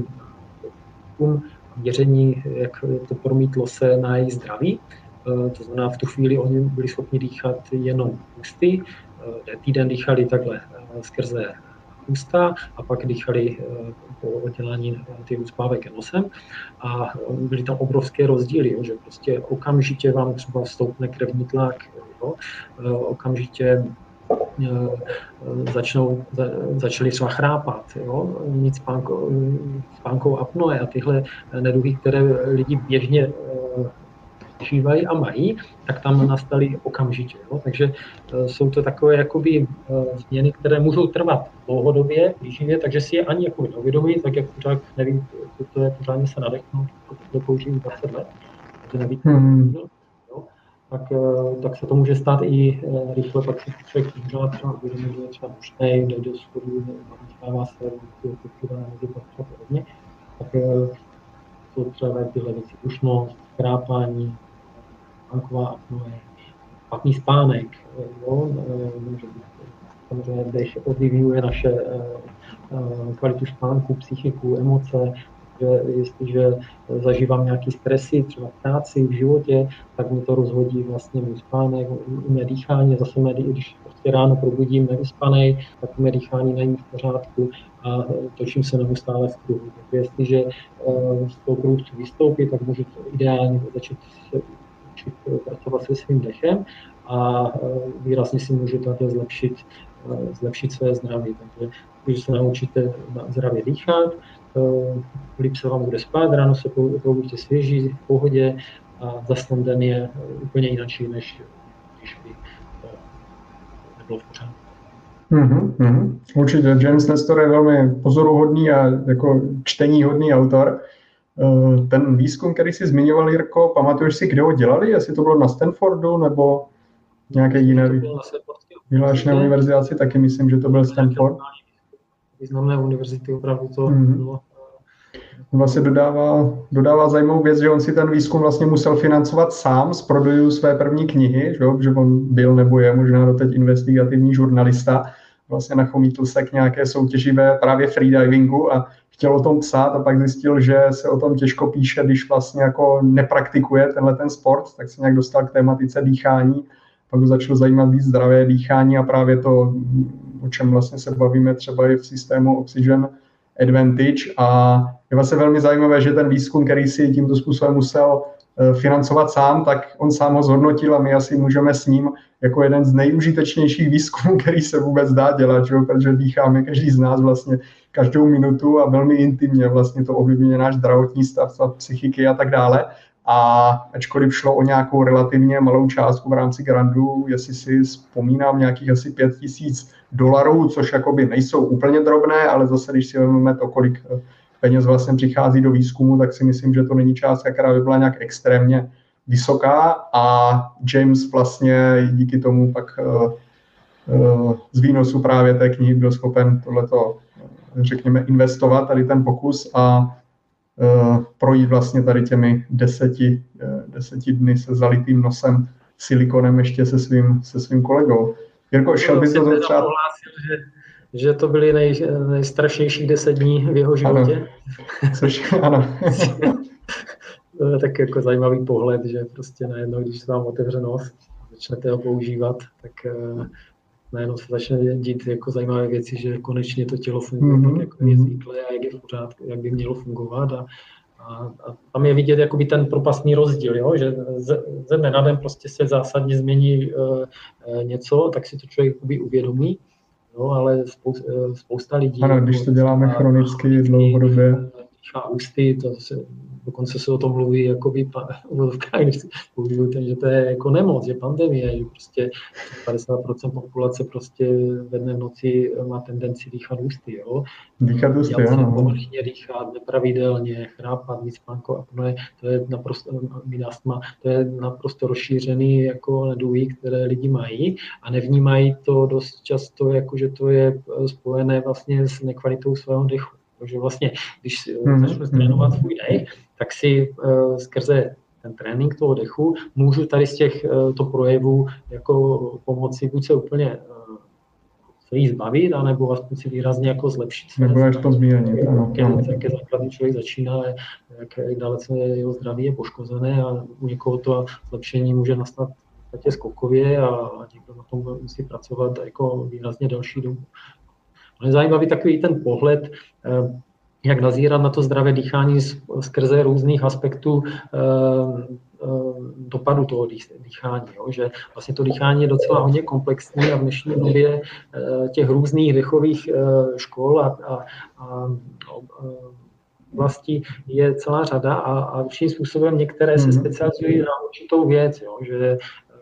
měření, jak to promítlo se na jejich zdraví. To znamená, v tu chvíli oni byli schopni dýchat jenom ústy, týden dýchali takhle skrze ústa a pak dýchali po oddělání těch ucpávek nosem a byly tam obrovské rozdíly, že prostě okamžitě vám třeba stoupne krevní tlak, jo? Okamžitě začali třeba chrápat, jo? Mít spánkovou apnoe a tyhle neduhy, které lidi běžně žívají a mají, tak tam nastaly okamžitě. Jo? Takže jsou to takové jakoby změny, které můžou trvat dlouhodobě, výživě, takže si je ani jako neuvědomí, tak jak pořád nevím, to je pořádně se nadechnout, to použiju 20 let, to neví, tak se to může stát i rychle, pak si člověk pořád třeba uvědomí, že je třeba mužnej, jde do schodu, stává se mezi a podobně, tak jsou třeba tyhle věci, ušnost, chrápání, spánková apnoe, špatný spánek, jo, může být samozřejmě dech ovlivňuje naše kvalitu spánku, psychiku, emoce, že jestliže zažívám nějaký stresy, třeba v práci, v životě, tak mi to rozhodí vlastně můj spánek, mé dýchání, zase když prostě ráno probudím nevyspanej, tak mé dýchání není v pořádku a točím se neustále v kruhu. Takže jestliže z toho kruhu chci vystoupit, tak můžu ideálně začít se učit pracovat se svým dechem a výrazně si můžu také zlepšit své zdraví. Takže když se naučíte zdravě dýchat, líp se vám bude spát, ráno se probuďte svěží, v pohodě a zase ten den je úplně jináčí, než když by to nebylo v pořádku. Určitě, James Nestor je velmi pozoruhodný a jako čteníhodný autor. Ten výzkum, který jsi zmiňoval, Jirko, pamatuješ si, kde ho dělali? Jestli to bylo na Stanfordu nebo nějaké jiné vyhlášené univerzity, taky myslím, že to byl Stanford. Významné univerzity opravdu to bylo. Vlastně dodává zajímavou věc, že on si ten výzkum vlastně musel financovat sám z prodejů své první knihy, že on byl nebo je možná doteď investigativní žurnalista, vlastně nachomítl se k nějaké soutěži ve právě freedivingu a chtěl o tom psát a pak zjistil, že se o tom těžko píše, když vlastně jako nepraktikuje ten sport, tak se nějak dostal k tématice dýchání, pak ho začalo zajímat víc zdravé dýchání a právě to, o čem vlastně se bavíme třeba i v systému Oxygen Advantage a je vlastně velmi zajímavé, že ten výzkum, který si tímto způsobem musel financovat sám, tak on sám ho zhodnotil a my asi můžeme s ním jako jeden z nejužitečnějších výzkumů, který se vůbec dá dělat, že? Protože dýcháme každý z nás vlastně každou minutu a velmi intimně vlastně to ovlivňuje náš zdravotní stav, psychiky a tak dále. A ačkoliv šlo o nějakou relativně malou částku v rámci grantu, jestli si vzpomínám, nějakých asi $5,000, což jakoby nejsou úplně drobné, ale zase, když si vezmeme to, kolik peněz vlastně přichází do výzkumu, tak si myslím, že to není částka, která by byla nějak extrémně vysoká a James vlastně díky tomu pak z výnosu právě té knihy byl schopen tohleto, řekněme, investovat, tady ten pokus a projít vlastně tady těmi 10 dny se zalitým nosem silikonem ještě se svým kolegou. Jirko, šel by to třeba... Že to byly nejstrašnější 10 dní v jeho životě. Ano. To je tak jako zajímavý pohled, že prostě najednou, když se vám otevře nos, začnete ho používat, tak najednou se začne dít jako zajímavé věci, že konečně to tělo funguje tak, jako je zvyklé a jak je v pořádku, jak by mělo fungovat. A tam je vidět jakoby ten propastný rozdíl, jo? Že ze dne na den prostě se zásadně změní něco, tak si to člověk jakoby uvědomí. No, ale spousta lidí... Ano, když to děláme chronicky, dlouhodobě. dýchá ústy, dokonce se o tom mluví jakoby, když použiju ten, že to je jako nemoc, že pandemie, že prostě 50% populace prostě ve dne v noci má tendenci dýchat ústy, jo. Dýchat ústy, ano. Povrchně dýchat, nepravidelně, chrápat, mít spánkové apnoe, to je naprosto, astma, to je naprosto rozšířený jako nedůvý, které lidi mají a nevnímají to dost často, jako že to je spojené vlastně s nekvalitou svého dechu. Takže vlastně, když začnu trénovat svůj dech, tak si skrze ten trénink toho dechu můžu tady z těchto projevů jako pomoci buď se úplně se jí zbavit, anebo aspoň si výrazně jako zlepšit. Nebo až to zmírnit. Jaké základy člověk začíná, jak dalece jeho zdraví je poškozené a u někoho to zlepšení může nastat skokově a někdo na tom musí pracovat jako výrazně delší dobu. Je zajímavý takový ten pohled, jak nazírat na to zdravé dýchání skrze různých aspektů dopadu toho dýchání. Jo? Že vlastně to dýchání je docela hodně komplexní a v dnešní době těch různých dechových škol a oblastí je celá řada a určitým způsobem některé se specializují na určitou věc, jo? Že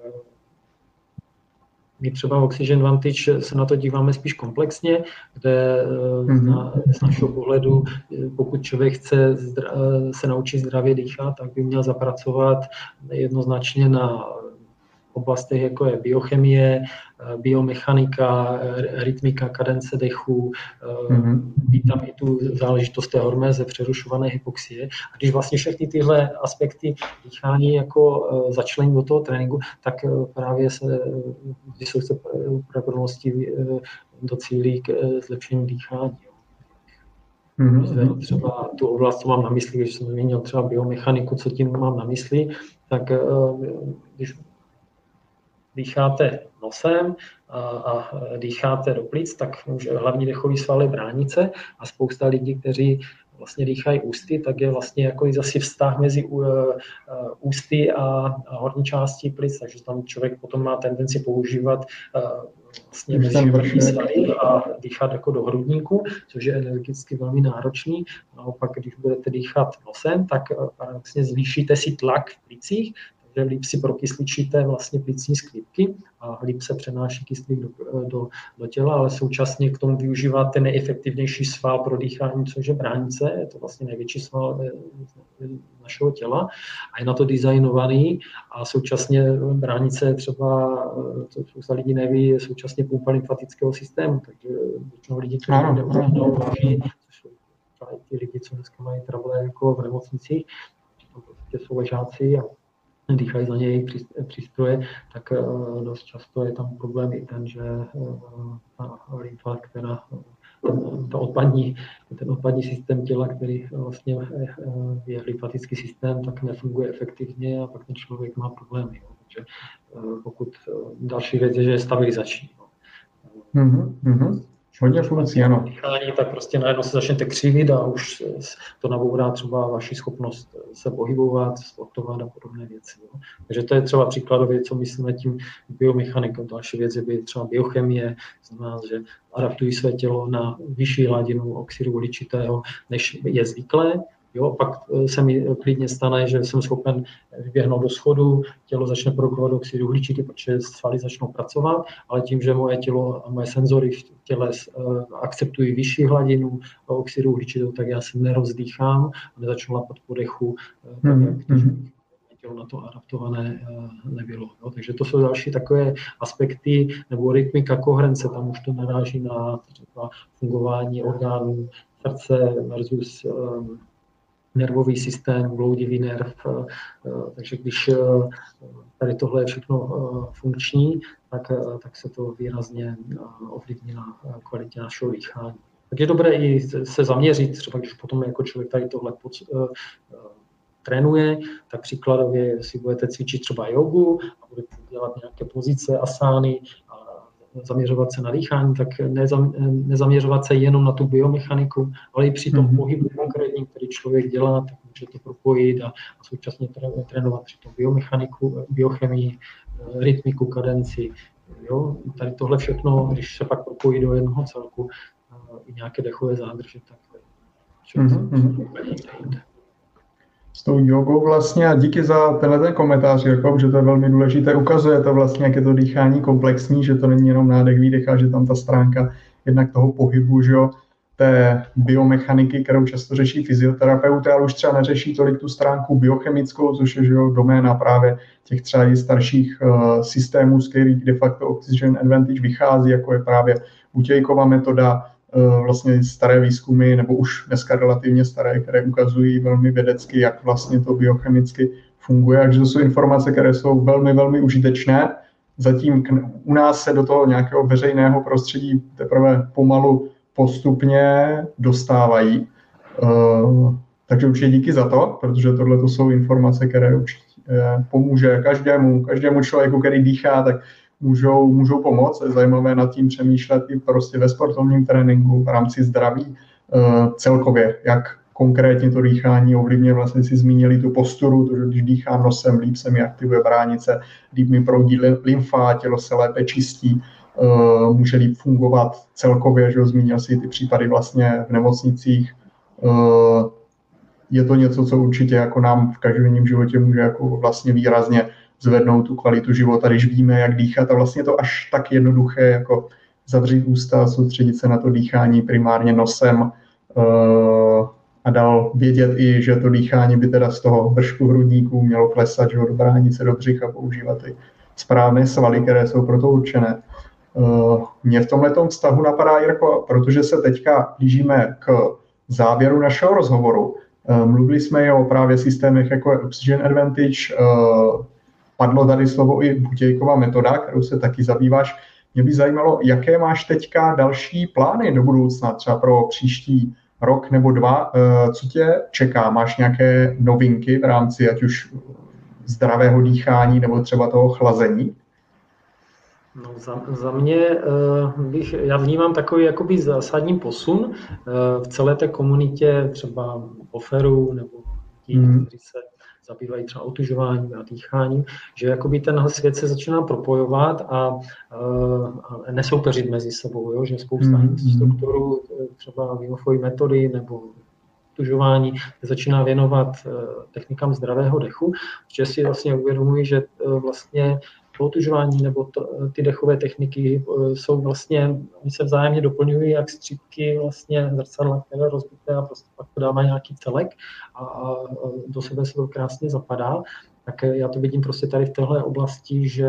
my třeba Oxygen Vantage se na to díváme spíš komplexně, kde z našeho pohledu, pokud člověk chce se naučit zdravě dýchat, tak by měl zapracovat jednoznačně na oblastech, jako je biochemie, biomechanika, rytmika, kadence dechu, být tam i tu záležitost té horméze, přerušované hypoxie. A když vlastně všechny tyhle aspekty dýchání jako začlení do toho tréninku, tak právě se vysoce pravděpodobností docílí k zlepšení dýchání. Třeba tu oblast, co mám na mysli, když jsem zmínil třeba biomechaniku, co tím mám na mysli, tak když dýcháte nosem a dýcháte do plic, tak už hlavní dechový sval je bránice a spousta lidí, kteří vlastně dýchají ústy, tak je vlastně jako zase vztah mezi ústy a horní částí plic, takže tam člověk potom má tendenci používat vlastně meziživotní svaly a dýchat jako do hrudníku, což je energeticky velmi náročný. Naopak, když budete dýchat nosem, tak paradoxně zvýšíte si tlak v plicích, že líp si prokysličíte vlastně plicní skvrny a líp se přenáší kyslík do těla, ale současně k tomu využíváte nejefektivnější sval pro dýchání, což je bránice, je to vlastně největší sval našeho těla a je na to designovaný a současně bránice třeba, to spousta lidí neví, je současně pumpa lymfatického systému, takže většinou lidí, kteří neuvaží, což jsou i ty lidi, co dneska mají trable jako v nemocnicích, to prostě jsou ležáci a dýchají za něj přístroje, tak dost často je tam problém i ten, že ta lymfa, která ten odpadní systém těla, který vlastně je lymfatický systém, tak nefunguje efektivně a pak ten člověk má problémy. Takže pokud další věc je, že je stabilizační. Hodně funkcí, ano. Dýchání, tak prostě najednou se začnete křivit a už to nabourá třeba vaši schopnost se pohybovat, sportovat a podobné věci. Jo. Takže to je třeba příkladově, co myslíme tím biomechanikou. Další věc je třeba biochemie, znamená, že adaptují své tělo na vyšší hladinu oxidu uhličitého, než je zvyklé. Jo, pak se mi klidně stane, že jsem schopen vyběhnout do schodu, tělo začne produkovat oxid uhličitý, protože svaly začnou pracovat, ale tím, že moje tělo a moje senzory v těle akceptují vyšší hladinu oxidu uhličitého, tak já se nerozdýchám a nezačnu lapat po dechu, tak jak tělo na to adaptované nebylo. Jo. Takže to jsou další takové aspekty, nebo rytmika, koherence, tam už to naráží na třeba fungování orgánů srdce versus nervový systém, bloudivý nerv, takže když tady tohle je všechno funkční, tak se to výrazně ovlivní na kvalitě našeho dýchání. Tak je dobré i se zaměřit, třeba když potom jako člověk tady tohle trénuje, tak příkladově si budete cvičit třeba jogu a budete dělat nějaké pozice, asány, zaměřovat se na dýchání, tak nezaměřovat se jenom na tu biomechaniku, ale i při tom pohybu konkrétním, který člověk dělá, tak může to propojit a současně trénovat při tom biomechaniku, biochemii, rytmiku, kadenci. Jo? Tady tohle všechno, když se pak propojí do jednoho celku, i nějaké dechové zádrže, tak S tou jogou vlastně a díky za tenhle komentář, Jakub, že to je velmi důležité. Ukazuje to vlastně, jak je to dýchání komplexní, že to není jenom nádech, výdech a že tam ta stránka jednak toho pohybu, že jo, té biomechaniky, kterou často řeší fyzioterapeuty, ale už třeba neřeší tolik tu stránku biochemickou, což je, že jo, doména právě těch třeba i starších systémů, z kterých de facto Oxygen Advantage vychází, jako je právě Butějkova metoda, vlastně staré výzkumy, nebo už dneska relativně staré, které ukazují velmi vědecky, jak vlastně to biochemicky funguje. Takže to jsou informace, které jsou velmi, velmi užitečné. Zatím u nás se do toho nějakého veřejného prostředí teprve pomalu postupně dostávají. Takže určitě díky za to, protože tohle to jsou informace, které určitě pomůže každému člověku, který dýchá, tak můžou pomoct. Je zajímavé nad tím přemýšlet i prostě ve sportovním tréninku v rámci zdraví celkově, jak konkrétně to dýchání ovlivňuje. Vlastně si zmínili tu posturu, to, že když dýchám nosem, líp se mi aktivuje bránice, líp mi proudí lymfa, tělo se lépe čistí, může líp fungovat celkově, že zmínil si ty případy vlastně v nemocnicích. Je to něco, co určitě jako nám v každodenním životě může jako vlastně výrazně zvednout tu kvalitu života, když víme, jak dýchat. A vlastně to až tak jednoduché, jako zavřít ústa, soustředit se na to dýchání primárně nosem a dál vědět i, že to dýchání by teda z toho vršku hrudníku mělo klesat, že do bránice, do břicha, používat ty správné svaly, které jsou pro to určené. Mě v tomhletom vztahu napadá, Jirko, protože se teďka blížíme k závěru našeho rozhovoru. Mluvili jsme o právě systémech jako je Oxygen Advantage, padlo tady slovo i Butějkova metoda, kterou se taky zabýváš. Mě by zajímalo, jaké máš teďka další plány do budoucna, třeba pro příští rok nebo dva, co tě čeká? Máš nějaké novinky v rámci ať už zdravého dýchání nebo třeba toho chlazení? No, za mě já vnímám takový jakoby zásadní posun v celé té komunitě třeba oferů nebo tím, kteří se zabývají třeba otužováním a dýcháním, že jakoby tenhle svět se začíná propojovat a nesoupeřit mezi sebou, jo? Že spousta instruktorů, třeba vývojové metody nebo otužování začíná věnovat technikám zdravého dechu, protože si vlastně uvědomují, že vlastně to otužování nebo ty dechové techniky jsou vlastně, oni se vzájemně doplňují jak střípky vlastně zrcadla, které je rozbité a prostě pak to dává nějaký celek a do sebe se to krásně zapadá. Tak já to vidím prostě tady v téhle oblasti, že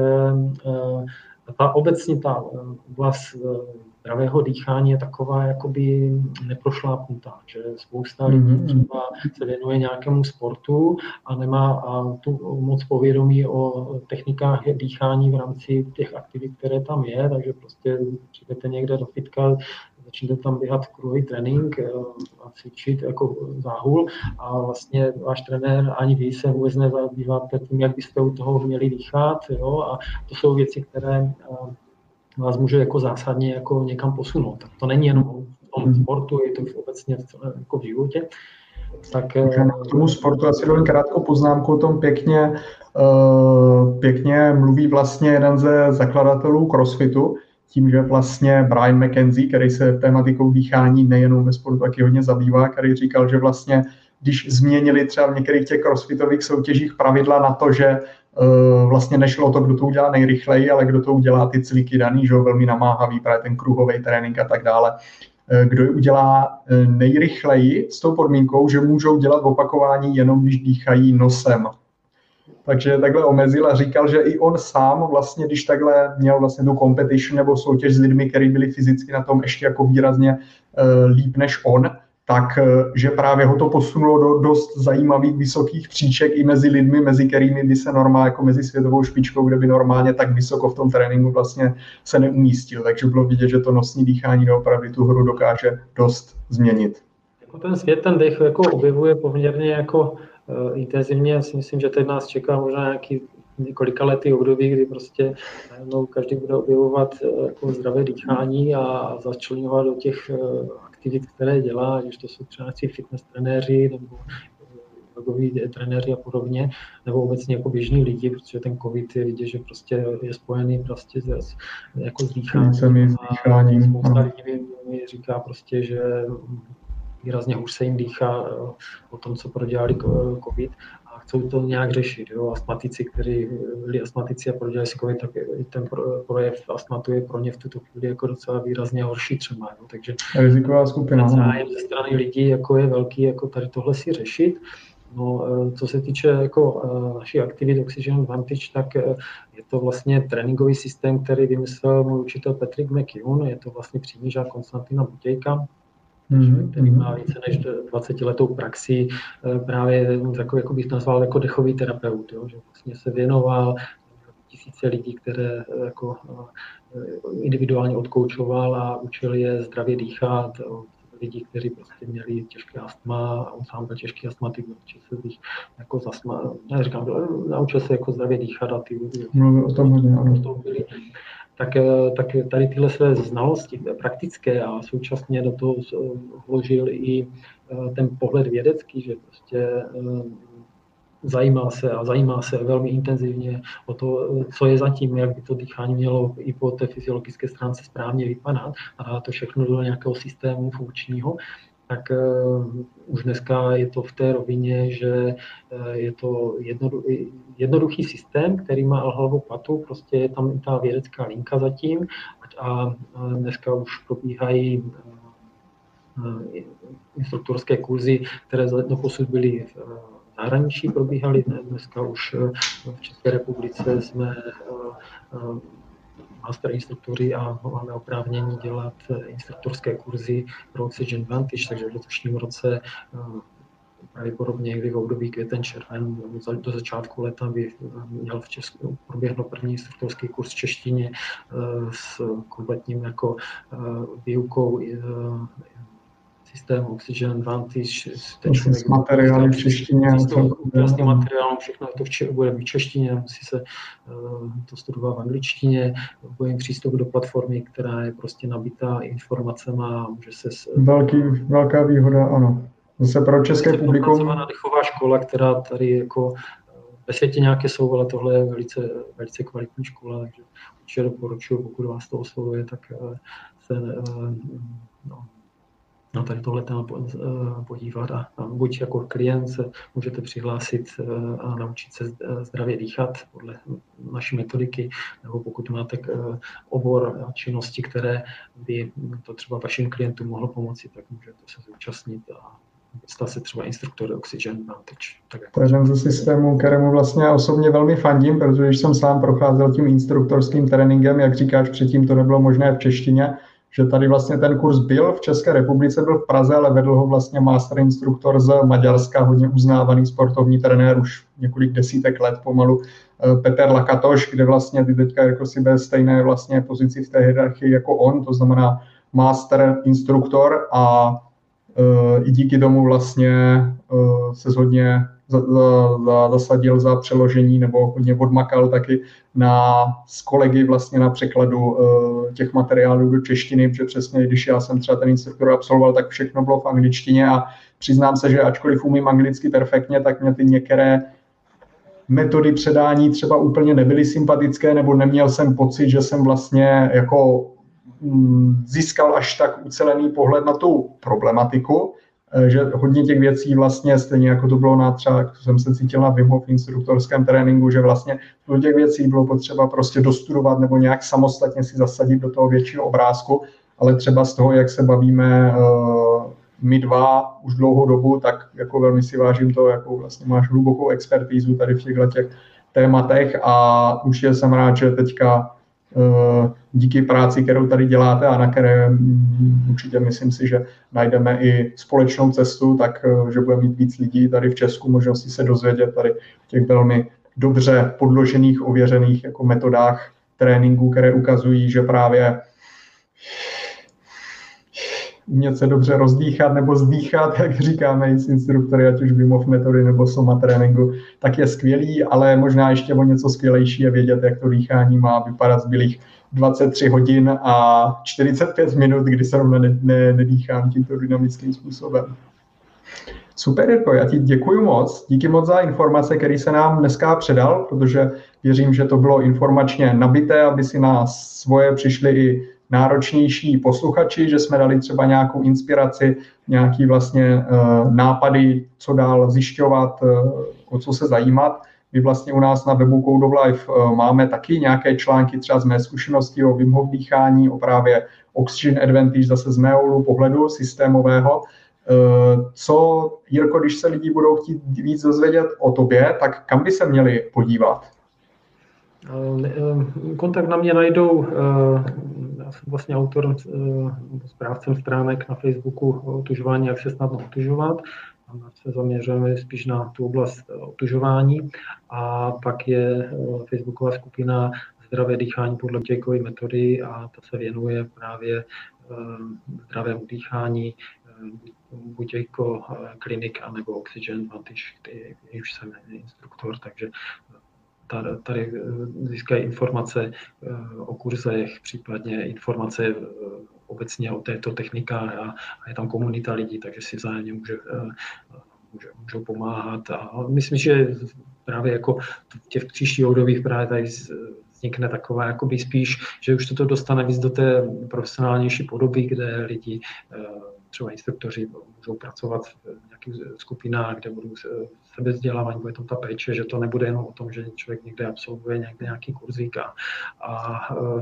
obecně ta oblast zdravého dýchání je taková jakoby neprošlápnutá, že spousta lidí třeba se věnuje nějakému sportu a nemá tu moc povědomí o technikách dýchání v rámci těch aktivit, které tam je, takže prostě přijdete někde do fitka, začnete tam běhat kruhový trénink a cvičit jako záhul a vlastně váš trenér ani vy se vůbec nezabýváte tím, jak byste u toho měli dýchat, jo? A to jsou věci, které vás může jako zásadně jako někam posunout. Tak to není jenom o tom sportu, je to obecně jako v životě. Tak k tomu sportu asi dovolím krátkou poznámku, o tom pěkně mluví vlastně jeden ze zakladatelů CrossFitu, tím, že vlastně Brian McKenzie, který se tématikou dýchání nejenom ve sportu taky hodně zabývá, který říkal, že vlastně když změnili třeba v některých těch crossfitových soutěžích pravidla na to, že vlastně nešlo to, kdo to udělá nejrychleji, ale kdo to udělá ty cviky daný, že velmi namáhavý, právě ten kruhový trénink a tak dále. Kdo ji udělá nejrychleji s tou podmínkou, že můžou dělat opakování jenom, když dýchají nosem. Takže takhle omezil a říkal, že i on sám vlastně, když takhle měl vlastně tu competition nebo soutěž s lidmi, kteří byli fyzicky na tom ještě jako výrazně líp než on, tak že právě ho to posunulo do dost zajímavých vysokých příček i mezi lidmi, mezi kterými by se normálně jako mezi světovou špičkou, kde by normálně tak vysoko v tom tréninku vlastně se neumístil. Takže bylo vidět, že to nosní dýchání opravdu tu hru dokáže dost změnit. Jako ten svět, ten dech jako objevuje poměrně jako intenzivně. Já si myslím, že teď nás čeká možná nějaký několika letý období, kdy prostě každý bude objevovat jako zdravé dýchání a začlenovat do těch aktivit, které dělá, když to jsou třeba fitness trenéři nebo jogoví trenéři a podobně, nebo obecně jako běžní lidi, protože ten covid je vidět, že prostě je spojený prostě jako s dýcháním. Spousta lidí mi říká prostě, že výrazně hůř se jim dýchá o tom, co prodělali covid a chcou to nějak řešit. Jo. Astmatici, kteří byli astmatici a prodělali si covid, tak ten projev astmatu je pro ně v tuto chvíli jako docela výrazně horší třeba. Jo. Takže riziková skupina. Zájem ze strany lidí jako je velký, jako tady tohle si řešit. No, co se týče jako našich aktivit Oxygen Advantage, tak je to vlastně tréninkový systém, který vymyslel můj učitel Patrick McKeown, je to vlastně přímý Konstantina Butějka, který má více než 20letou praxi, právě takový, jako bych nazval, jako dechový terapeut, jo, že vlastně se věnoval tisíce lidí, které jako individuálně odkoučoval a učil je zdravě dýchat, lidí, kteří prostě měli těžké astma, a on sám byl těžký astmatik, naučil se jich jako naučil se jako zdravě dýchat a ty byli. Tak tady tyhle své znalosti praktické a současně do toho vložil i ten pohled vědecký, že prostě zajímá se velmi intenzivně o to, co je zatím, jak by to dýchání mělo i po té fyziologické stránce správně vypadat a to všechno do nějakého systému funkčního, tak už dneska je to v té rovině, že je to jednoduchý systém, který má hlavu patu, prostě je tam i ta vědecká linka zatím a dneska už probíhají instruktorské kurzy, které doposud byly v zahraničí probíhaly, dneska už v České republice jsme master instruktory a máme oprávnění dělat instruktorské kurzy pro Oxygen Advantage, takže v letošním roce pravděpodobně někdy v období květen-červen do začátku léta by měl v Česku proběhnout první instruktorský kurz v češtině s kompletním jako výukou systému Oxygen Advantage, s materiály v češtině. Jasný materiál, všechno to bude v češtině, musí se to studovat v angličtině, bude jim přístup do platformy, která je prostě nabitá informacemi a může se... Velká výhoda, ano. Zase pro české publikum. Dechová škola, která tady jako ve světě nějaké jsou, ale tohle je velice kvalitní škola, takže určitě doporučuji, pokud vás to oslovuje, tak se tady tohle téma podívat a buď jako klient se můžete přihlásit a naučit se zdravě dýchat podle naší metodiky, nebo pokud máte obor činnosti, které by to třeba vašim klientům mohlo pomoci, tak můžete se zúčastnit a stát se třeba instruktor Oxygen Advantage. To je jeden ze systémů, kterému vlastně osobně velmi fandím, protože když jsem sám procházel tím instruktorským tréninkem, jak říkáš, předtím to nebylo možné v češtině, že tady vlastně ten kurz byl v České republice, byl v Praze, ale vedl ho vlastně master instruktor z Maďarska, hodně uznávaný sportovní trenér, už několik desítek let pomalu, Peter Lakatoš, kde vlastně ty teďka jako si ve stejné vlastně pozici v té hierarchii jako on, to znamená master instruktor a i díky tomu vlastně se hodně zasadil za přeložení nebo hodně odmakal taky s kolegy vlastně na překladu těch materiálů do češtiny, protože přesně když já jsem třeba ten instruktor absolvoval, tak všechno bylo v angličtině a přiznám se, že ačkoliv umím anglicky perfektně, tak mě ty některé metody předání třeba úplně nebyly sympatické nebo neměl jsem pocit, že jsem vlastně jako získal až tak ucelený pohled na tu problematiku, že hodně těch věcí vlastně, stejně jako to bylo třeba jsem se cítil na Wim Hof instruktorském tréninku, že vlastně do těch věcí bylo potřeba prostě dostudovat nebo nějak samostatně si zasadit do toho většího obrázku, ale třeba z toho, jak se bavíme my dva už dlouhou dobu, tak jako velmi si vážím to, jakou vlastně máš hlubokou expertízu tady v těchto tématech a už jsem rád, že teďka díky práci, kterou tady děláte a na které určitě myslím si, že najdeme i společnou cestu, tak že budeme mít víc lidí tady v Česku, možnosti se dozvědět tady v těch velmi dobře podložených, ověřených jako metodách tréninku, které ukazují, že právě umět se dobře rozdýchat nebo zdýchat, jak říkáme i s instruktory, ať už Wim Hof metody nebo soma tréninku, tak je skvělý, ale možná ještě o něco skvělejší je vědět, jak to dýchání má vypadat zbylých 23 hodin a 45 minut, kdy se rovna nedýchám tímto dynamickým způsobem. Super, Jirko, já ti děkuji moc. Díky moc za informace, které se nám dneska předal, protože věřím, že to bylo informačně nabité, aby si na svoje přišli i náročnější posluchači, že jsme dali třeba nějakou inspiraci, nějaký vlastně nápady, co dál zjišťovat, o co se zajímat. My vlastně u nás na webu Code of Life máme taky nějaké články, třeba z mé zkušenosti o Wim Hof dýchání, o právě Oxygen Advantage, zase z mého pohledu systémového. Co, Jirko, když se lidi budou chtít víc dozvědět o tobě, tak kam by se měli podívat? Kontakt na mě najdou, já jsem vlastně autorem, správcem stránek na Facebooku o otužování, jak se snadno otužovat. Se zaměřujeme spíš na tu oblast otužování a pak je facebooková skupina Zdravé dýchání podle Butějkovy metody a ta se věnuje právě zdravému dýchání, Butějko klinik anebo Oxygen Advantage, který už jsem instruktor, takže tady získají informace o kurzech, případně informace obecně o této technice a je tam komunita lidí, takže si vzájemně můžou pomáhat. A myslím, že právě jako v těch příštích obdobích právě tady vznikne taková jakoby spíš, že už toto dostane víc do té profesionálnější podoby, kde lidi, třeba instruktoři, můžou pracovat v nějakých skupinách, kde budou sebevzdělávání, bude tam ta péče, že to nebude jenom o tom, že člověk někde absolvuje někde nějaký kurzík a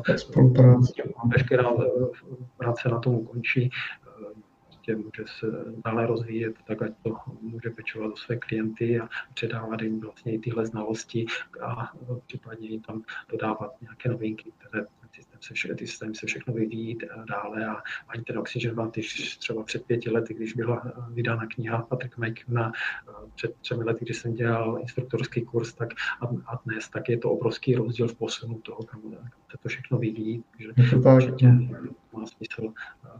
veškerá práce na tom ukončí. Může se dále rozvíjet, tak ať to může pečovat o své klienty a předávat jim vlastně i tyhle znalosti a případně jim tam dodávat nějaké novinky, které systém se všechno vyvíjí dále a ani ten Oxygen Advantage třeba před 5 lety, když byla vydána kniha Patricka McKeona, před 3 lety, když jsem dělal instruktorský kurz, tak a dnes, tak je to obrovský rozdíl v posunu toho, kam se to všechno vyvíjí, takže určitě má smysl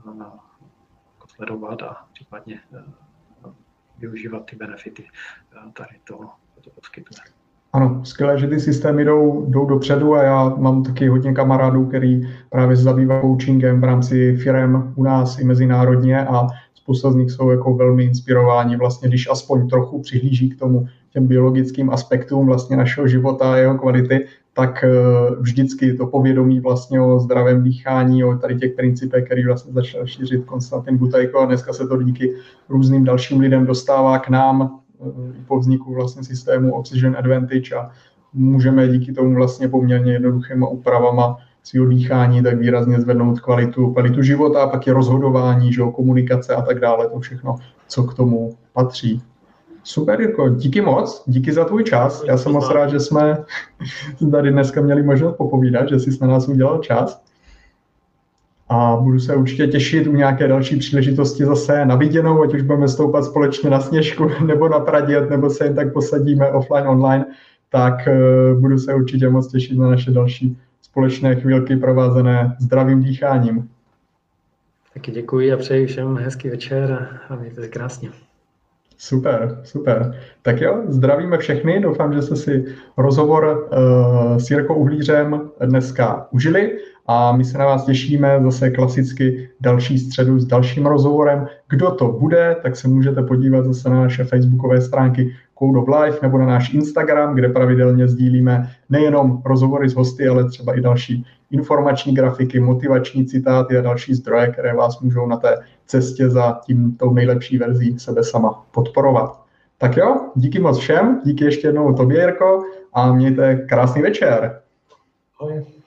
sledovat a případně využívat ty benefity tady to poskytuje. Ano, skvělé, že ty systémy jdou dopředu a já mám taky hodně kamarádů, který právě se zabývají coachingem v rámci firem u nás i mezinárodně a spousta z nich jsou jako velmi inspirováni, vlastně když aspoň trochu přihlíží k tomu těm biologickým aspektům vlastně našeho života a jeho kvality, tak vždycky to povědomí vlastně o zdravém dýchání, o tady těch principech, který vlastně začal šířit Konstantin Butajko a dneska se to díky různým dalším lidem dostává k nám po vzniku vlastně systému Oxygen Advantage a můžeme díky tomu vlastně poměrně jednoduchýma úpravama svého dýchání tak výrazně zvednout kvalitu života a pak je rozhodování, že komunikace a tak dále, to všechno, co k tomu patří. Super, Jirko, díky moc, díky za tvůj čas. Já jsem moc rád, že jsme tady dneska měli možnost popovídat, že jsi na nás udělal čas. A budu se určitě těšit u nějaké další příležitosti zase na viděnou, ať už budeme stoupat společně na Sněžku nebo na Praděd, nebo se jen tak posadíme offline, online, tak budu se určitě moc těšit na naše další společné chvílky provázené zdravým dýcháním. Taky děkuji a přeji všem hezký večer a mějte se krásně. Super. Tak jo, zdravíme všechny, doufám, že jste si rozhovor s Jirkou Uhlířem dneska užili a my se na vás těšíme zase klasicky další středu s dalším rozhovorem. Kdo to bude, tak se můžete podívat zase na naše facebookové stránky Code of Life nebo na náš Instagram, kde pravidelně sdílíme nejenom rozhovory s hosty, ale třeba i další informační grafiky, motivační citáty a další zdroje, které vás můžou na té cestě za tou nejlepší verzí sebe sama podporovat. Tak jo, díky moc všem, díky ještě jednou tobě, Jirko, a mějte krásný večer. Ahoj.